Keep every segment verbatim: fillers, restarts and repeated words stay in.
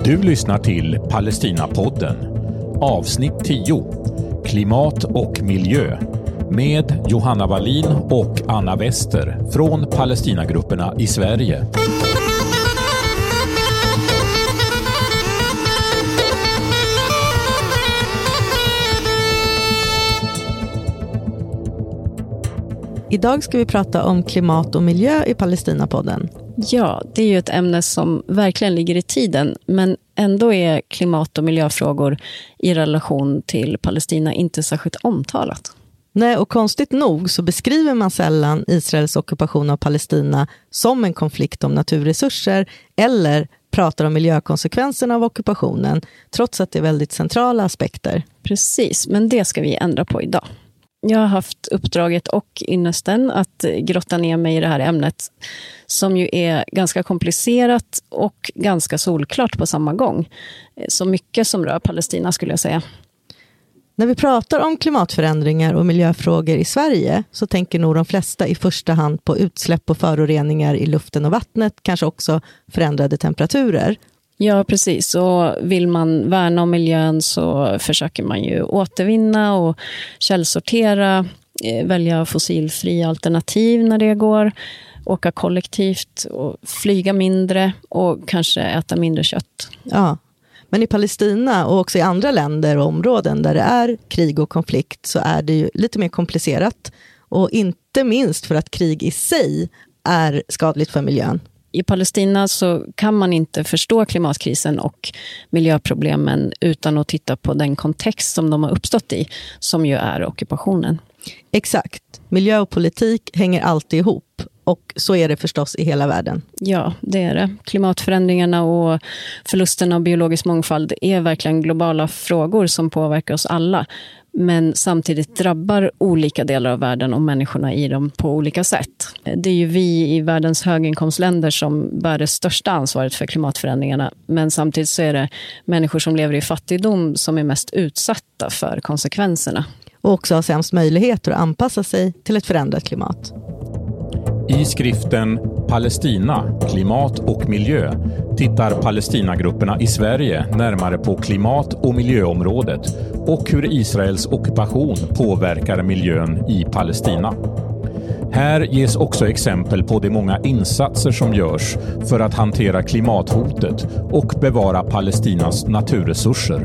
Du lyssnar till Palestinapodden, avsnitt tio, klimat och miljö, med Johanna Wallin och Anna Wester från Palestinagrupperna i Sverige. Idag ska vi prata om klimat och miljö i Palestinapodden. Ja, det är ju ett ämne som verkligen ligger i tiden, men ändå är klimat- och miljöfrågor i relation till Palestina inte särskilt omtalat. Nej, och konstigt nog så beskriver man sällan Israels ockupation av Palestina som en konflikt om naturresurser eller pratar om miljökonsekvenserna av ockupationen, trots att det är väldigt centrala aspekter. Precis, men det ska vi ändra på idag. Jag har haft uppdraget och ynnesten att grotta ner mig i det här ämnet som ju är ganska komplicerat och ganska solklart på samma gång. Så mycket som rör Palestina skulle jag säga. När vi pratar om klimatförändringar och miljöfrågor i Sverige så tänker nog de flesta i första hand på utsläpp och föroreningar i luften och vattnet, kanske också förändrade temperaturer. Ja, precis. Och vill man värna om miljön så försöker man ju återvinna och källsortera, välja fossilfria alternativ när det går, åka kollektivt och flyga mindre och kanske äta mindre kött. Ja, men i Palestina och också i andra länder och områden där det är krig och konflikt så är det ju lite mer komplicerat. Och inte minst för att krig i sig är skadligt för miljön. I Palestina så kan man inte förstå klimatkrisen och miljöproblemen utan att titta på den kontext som de har uppstått i, som ju är ockupationen. Exakt. Miljö och politik hänger alltid ihop. Och så är det förstås i hela världen. Ja, det är det. Klimatförändringarna och förlusten av biologisk mångfald är verkligen globala frågor som påverkar oss alla. Men samtidigt drabbar olika delar av världen och människorna i dem på olika sätt. Det är ju vi i världens höginkomstländer som bär det största ansvaret för klimatförändringarna. Men samtidigt så är det människor som lever i fattigdom som är mest utsatta för konsekvenserna. Och också har sämst möjligheter att anpassa sig till ett förändrat klimat. I skriften Palestina, klimat och miljö tittar Palestinagrupperna i Sverige närmare på klimat- och miljöområdet och hur Israels ockupation påverkar miljön i Palestina. Här ges också exempel på de många insatser som görs för att hantera klimathotet och bevara Palestinas naturresurser.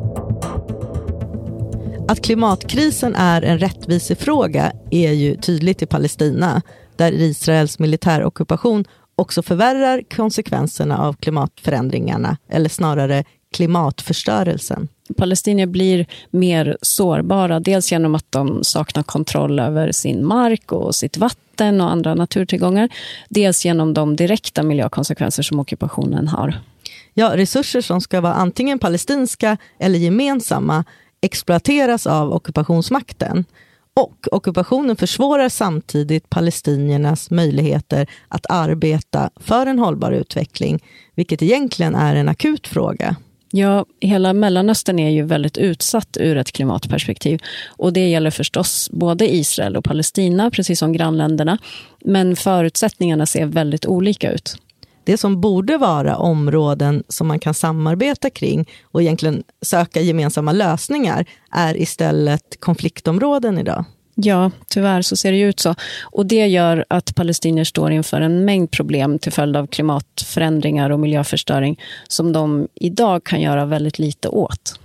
Att klimatkrisen är en rättvisefråga är ju tydligt i Palestina, där Israels militärockupation också förvärrar konsekvenserna av klimatförändringarna, eller snarare klimatförstörelsen. Palestinier blir mer sårbara, dels genom att de saknar kontroll över sin mark och sitt vatten och andra naturtillgångar, dels genom de direkta miljökonsekvenser som ockupationen har. Ja, resurser som ska vara antingen palestinska eller gemensamma exploateras av ockupationsmakten. Och ockupationen försvårar samtidigt palestiniernas möjligheter att arbeta för en hållbar utveckling, vilket egentligen är en akut fråga. Ja, hela Mellanöstern är ju väldigt utsatt ur ett klimatperspektiv. Och det gäller förstås både Israel och Palestina, precis som grannländerna. Men förutsättningarna ser väldigt olika ut. Det som borde vara områden som man kan samarbeta kring och egentligen söka gemensamma lösningar är istället konfliktområden idag. Ja, tyvärr så ser det ut så. Och det gör att palestinier står inför en mängd problem till följd av klimatförändringar och miljöförstöring som de idag kan göra väldigt lite åt.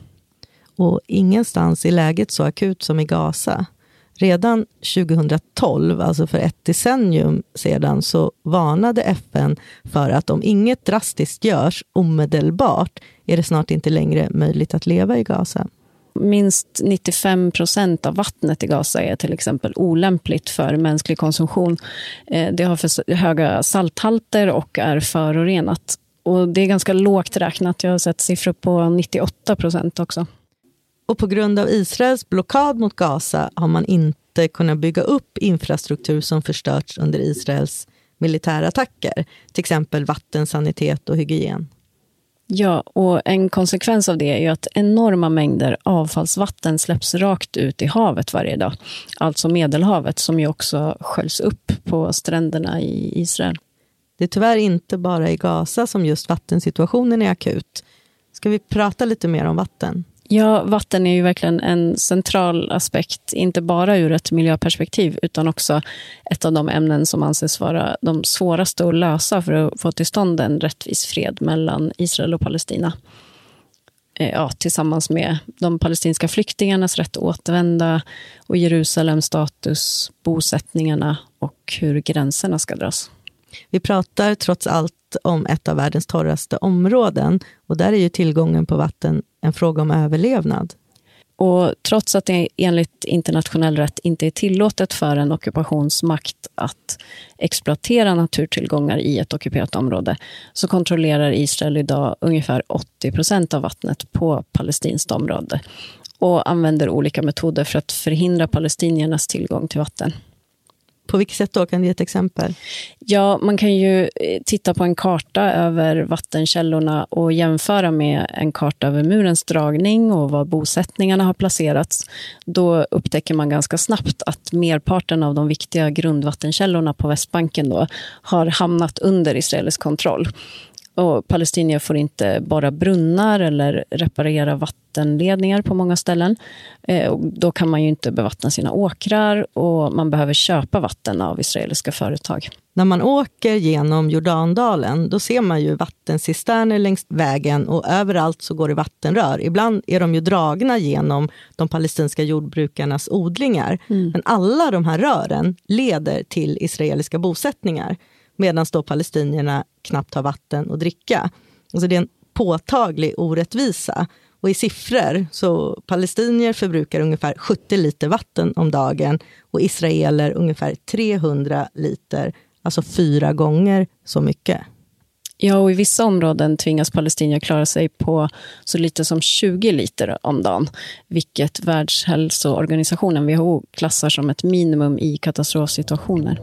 Och ingenstans är läget så akut som i Gaza. Redan tjugohundratolv, alltså för ett decennium sedan, så varnade F N för att om inget drastiskt görs omedelbart är det snart inte längre möjligt att leva i Gaza. Minst nittiofem procent av vattnet i Gaza är till exempel olämpligt för mänsklig konsumtion. Det har för höga salthalter och är förorenat. Och det är ganska lågt räknat. Jag har sett siffror på nittioåtta procent också. Och på grund av Israels blockad mot Gaza har man inte kunnat bygga upp infrastruktur som förstörts under Israels militärattacker. Till exempel vatten, sanitet och hygien. Ja, och en konsekvens av det är ju att enorma mängder avfallsvatten släpps rakt ut i havet varje dag. Alltså Medelhavet som ju också sköljs upp på stränderna i Israel. Det är tyvärr inte bara i Gaza som just vattensituationen är akut. Ska vi prata lite mer om vatten? Ja, vatten är ju verkligen en central aspekt, inte bara ur ett miljöperspektiv utan också ett av de ämnen som anses vara de svåraste att lösa för att få till stånd en rättvis fred mellan Israel och Palestina. Ja, tillsammans med de palestinska flyktingarnas rätt att återvända och Jerusalems status, bosättningarna och hur gränserna ska dras. Vi pratar trots allt om ett av världens torraste områden och där är ju tillgången på vatten en fråga om överlevnad. Och trots att det enligt internationell rätt inte är tillåtet för en ockupationsmakt att exploatera naturtillgångar i ett ockuperat område så kontrollerar Israel idag ungefär åttio procent av vattnet på palestinskt område och använder olika metoder för att förhindra palestiniernas tillgång till vatten. På vilket sätt då? Kan du ge ett exempel? Ja, man kan ju titta på en karta över vattenkällorna och jämföra med en karta över murens dragning och var bosättningarna har placerats. Då upptäcker man ganska snabbt att merparten av de viktiga grundvattenkällorna på Västbanken då har hamnat under israelisk kontroll. Och palestinier får inte borra brunnar eller reparera vattenledningar på många ställen. Eh, och då kan man ju inte bevattna sina åkrar och man behöver köpa vatten av israeliska företag. När man åker genom Jordandalen då ser man ju vattencisterner längs vägen och överallt så går det vattenrör. Ibland är de ju dragna genom de palestinska jordbrukarnas odlingar. Mm. Men alla de här rören leder till israeliska bosättningar. Medan då palestinierna knappt har vatten att dricka. Alltså det är en påtaglig orättvisa. Och i siffror så palestinier förbrukar ungefär sjuttio liter vatten om dagen. Och israeler ungefär trehundra liter. Alltså fyra gånger så mycket. Ja, och i vissa områden tvingas palestinier klara sig på så lite som tjugo liter om dagen. Vilket Världshälsoorganisationen W H O klassar som ett minimum i katastrofsituationer.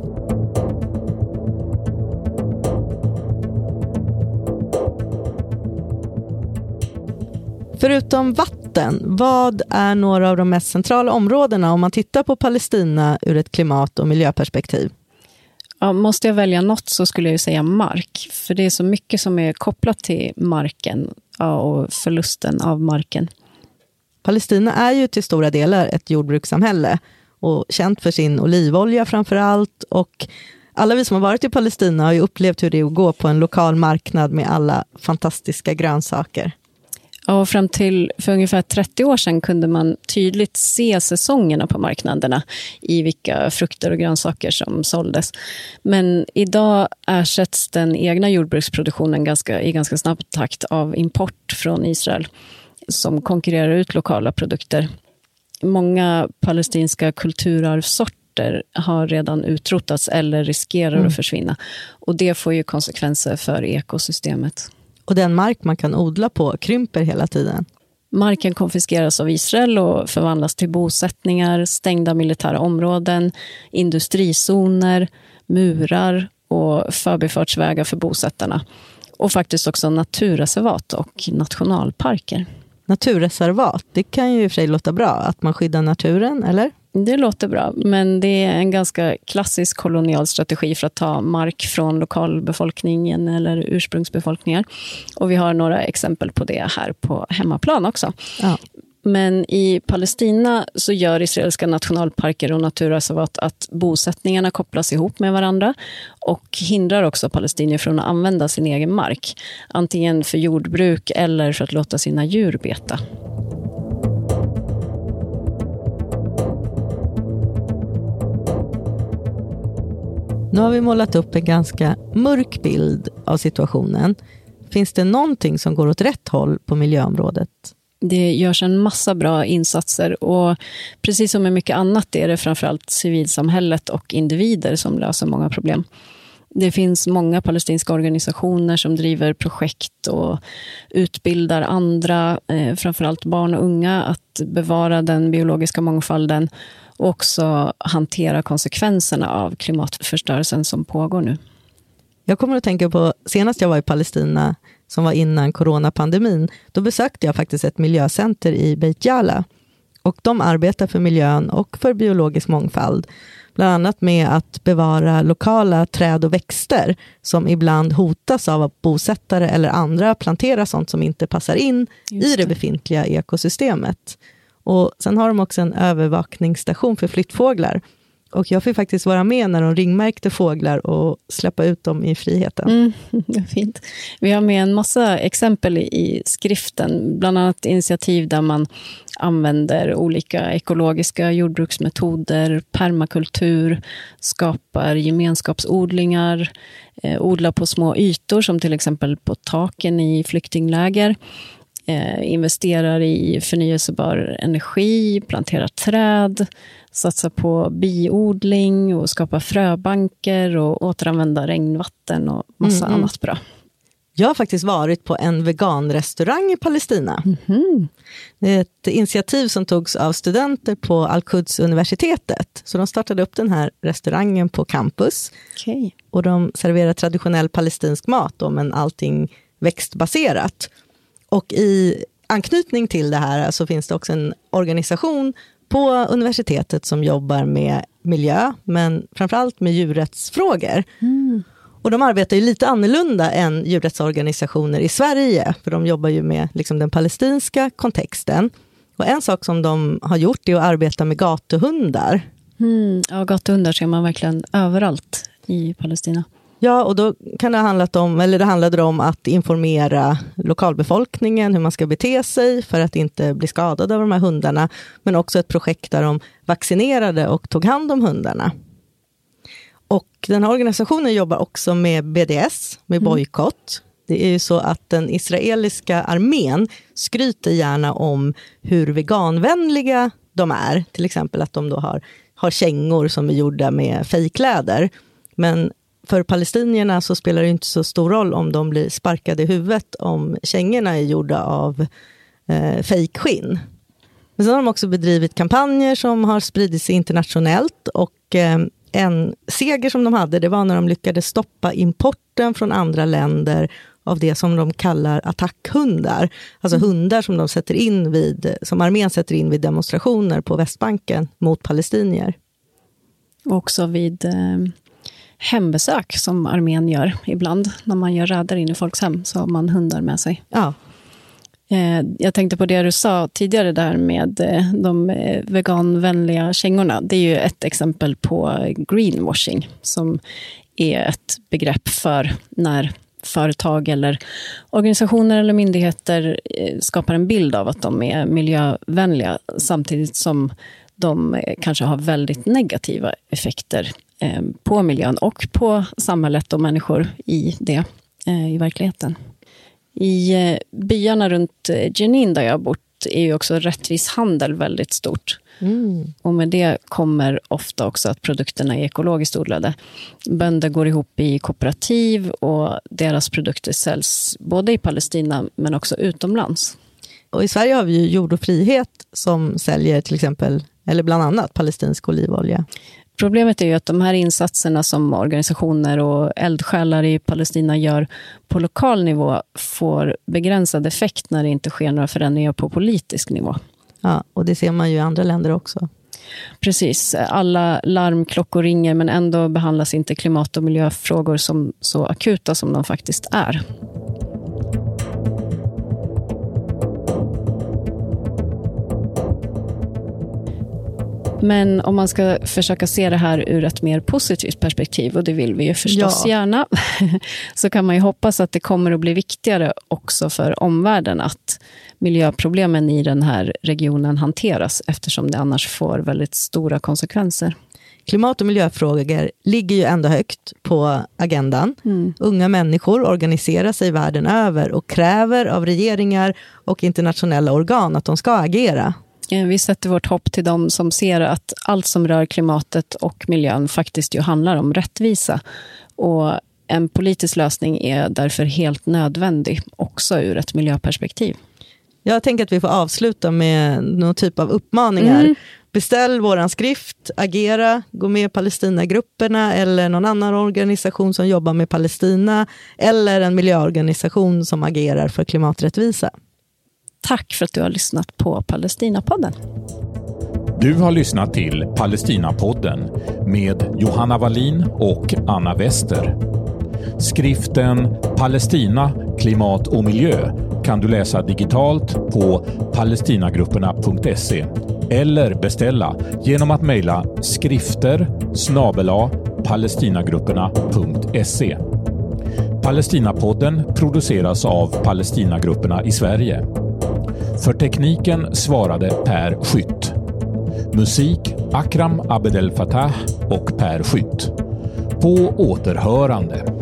Förutom vatten, vad är några av de mest centrala områdena om man tittar på Palestina ur ett klimat- och miljöperspektiv? Ja, måste jag välja något så skulle jag ju säga mark. För det är så mycket som är kopplat till marken ja, och förlusten av marken. Palestina är ju till stora delar ett jordbrukssamhälle och känt för sin olivolja framför allt. Och alla vi som har varit i Palestina har ju upplevt hur det är att gå på en lokal marknad med alla fantastiska grönsaker. Och fram till för ungefär trettio år sedan kunde man tydligt se säsongerna på marknaderna i vilka frukter och grönsaker som såldes. Men idag ersätts den egna jordbruksproduktionen ganska, i ganska snabb takt av import från Israel som konkurrerar ut lokala produkter. Många palestinska kulturarvssorter har redan utrotats eller riskerar mm. att försvinna. Och det får ju konsekvenser för ekosystemet. Och den mark man kan odla på krymper hela tiden. Marken konfiskeras av Israel och förvandlas till bosättningar, stängda militära områden, industrizoner, murar och förbifartsvägar för bosättarna. Och faktiskt också naturreservat och nationalparker. Naturreservat, det kan ju i och för sig låta bra att man skyddar naturen, eller? Det låter bra, men det är en ganska klassisk kolonial strategi för att ta mark från lokalbefolkningen eller ursprungsbefolkningar. Och vi har några exempel på det här på hemmaplan också. Ja. Men i Palestina så gör israeliska nationalparker och naturreservat att bosättningarna kopplas ihop med varandra och hindrar också palestinier från att använda sin egen mark. Antingen för jordbruk eller för att låta sina djur beta. Nu har vi målat upp en ganska mörk bild av situationen. Finns det någonting som går åt rätt håll på miljöområdet? Det görs en massa bra insatser och precis som med mycket annat är det framförallt civilsamhället och individer som löser många problem. Det finns många palestinska organisationer som driver projekt och utbildar andra, eh, framförallt barn och unga, att bevara den biologiska mångfalden och också hantera konsekvenserna av klimatförstörelsen som pågår nu. Jag kommer att tänka på, senast jag var i Palestina som var innan coronapandemin, då besökte jag faktiskt ett miljöcenter i Beit Jala. Och de arbetar för miljön och för biologisk mångfald. Bland annat med att bevara lokala träd och växter som ibland hotas av att bosättare eller andra planterar sånt som inte passar in i det befintliga ekosystemet. Och sen har de också en övervakningsstation för flyttfåglar. Och jag fick faktiskt vara med när de ringmärkte fåglar och släppa ut dem i friheten. Mm, fint. Vi har med en massa exempel i skriften. Bland annat initiativ där man använder olika ekologiska jordbruksmetoder, permakultur, skapar gemenskapsodlingar, eh, odlar på små ytor som till exempel på taken i flyktingläger. Eh, investerar i förnyelsebar energi, planterar träd, satsar på biodling och skapar fröbanker och återanvända regnvatten och massa mm, annat bra. Jag har faktiskt varit på en veganrestaurang i Palestina. Mm-hmm. Det är ett initiativ som togs av studenter på Al-Quds universitetet. Så de startade upp den här restaurangen på campus. Okay. Och de serverar traditionell palestinsk mat då, men allting växtbaserat. Och i anknytning till det här så finns det också en organisation på universitetet som jobbar med miljö, men framförallt med djurrättsfrågor. Mm. Och de arbetar ju lite annorlunda än djurrättsorganisationer i Sverige, för de jobbar ju med liksom den palestinska kontexten. Och en sak som de har gjort är att arbeta med gatuhundar. Mm. Ja, gatuhundar ser man verkligen överallt i Palestina. Ja, och då kan det ha handlat om, eller det handlade om att informera lokalbefolkningen hur man ska bete sig för att inte bli skadad av de här hundarna. Men också ett projekt där de vaccinerade och tog hand om hundarna. Och den här organisationen jobbar också med B D S, med bojkott. Mm. Det är ju så att den israeliska armén skryter gärna om hur veganvänliga de är. Till exempel att de då har, har kängor som är gjorda med fejkläder. Men för palestinierna så spelar det inte så stor roll om de blir sparkade i huvudet om kängorna är gjorda av eh, fejkskinn. Men sen har de också bedrivit kampanjer som har spridit sig internationellt, och eh, en seger som de hade, det var när de lyckades stoppa importen från andra länder av det som de kallar attackhundar. Alltså mm. hundar som de sätter in vid, som armén sätter in vid demonstrationer på Västbanken mot palestinier. Också vid eh, hembesök som armén gör ibland. När man gör räder in i folks hem så har man hundar med sig. Ja. Eh, jag tänkte på det du sa tidigare där med eh, de eh, veganvänliga kängorna. Det är ju ett exempel på greenwashing som är ett begrepp för när företag eller organisationer eller myndigheter eh, skapar en bild av att de är miljövänliga samtidigt som de eh, kanske har väldigt negativa effekter eh, på miljön och på samhället och människor i det, eh, i verkligheten. I eh, byarna runt Jenin där jag har bott är ju också rättvis handel väldigt stort. Mm. Och med det kommer ofta också att produkterna är ekologiskt odlade. Bönder går ihop i kooperativ och deras produkter säljs både i Palestina men också utomlands. Och i Sverige har vi ju Jord och frihet som säljer till exempel, eller bland annat, palestinsk olivolja. Problemet är ju att de här insatserna som organisationer och eldsjälar i Palestina gör på lokal nivå får begränsad effekt när det inte sker några förändringar på politisk nivå. Ja, och det ser man ju i andra länder också. Precis, alla larmklockor ringer men ändå behandlas inte klimat- och miljöfrågor som så akuta som de faktiskt är. Men om man ska försöka se det här ur ett mer positivt perspektiv, och det vill vi ju förstås ja. gärna, så kan man ju hoppas att det kommer att bli viktigare också för omvärlden att miljöproblemen i den här regionen hanteras, eftersom det annars får väldigt stora konsekvenser. Klimat- och miljöfrågor ligger ju ändå högt på agendan. Mm. Unga människor organiserar sig världen över och kräver av regeringar och internationella organ att de ska agera. Vi sätter vårt hopp till dem som ser att allt som rör klimatet och miljön faktiskt ju handlar om rättvisa. Och en politisk lösning är därför helt nödvändig, också ur ett miljöperspektiv. Jag tänker att vi får avsluta med någon typ av uppmaningar. Mm. Beställ våran skrift, agera, gå med i Palestinagrupperna eller någon annan organisation som jobbar med Palestina eller en miljöorganisation som agerar för klimaträttvisa. Tack för att du har lyssnat på Palestinapodden. Du har lyssnat till Palestinapodden med Johanna Wallin och Anna Wester. Skriften Palestina, klimat och miljö kan du läsa digitalt på palestinagrupperna punkt se eller beställa genom att mejla skrifter snabel-a palestinagrupperna punkt se. Palestinapodden produceras av Palestinagrupperna i Sverige. För tekniken svarade Per Skytt. Musik Akram Abdel Fattah och Per Skytt. På återhörande.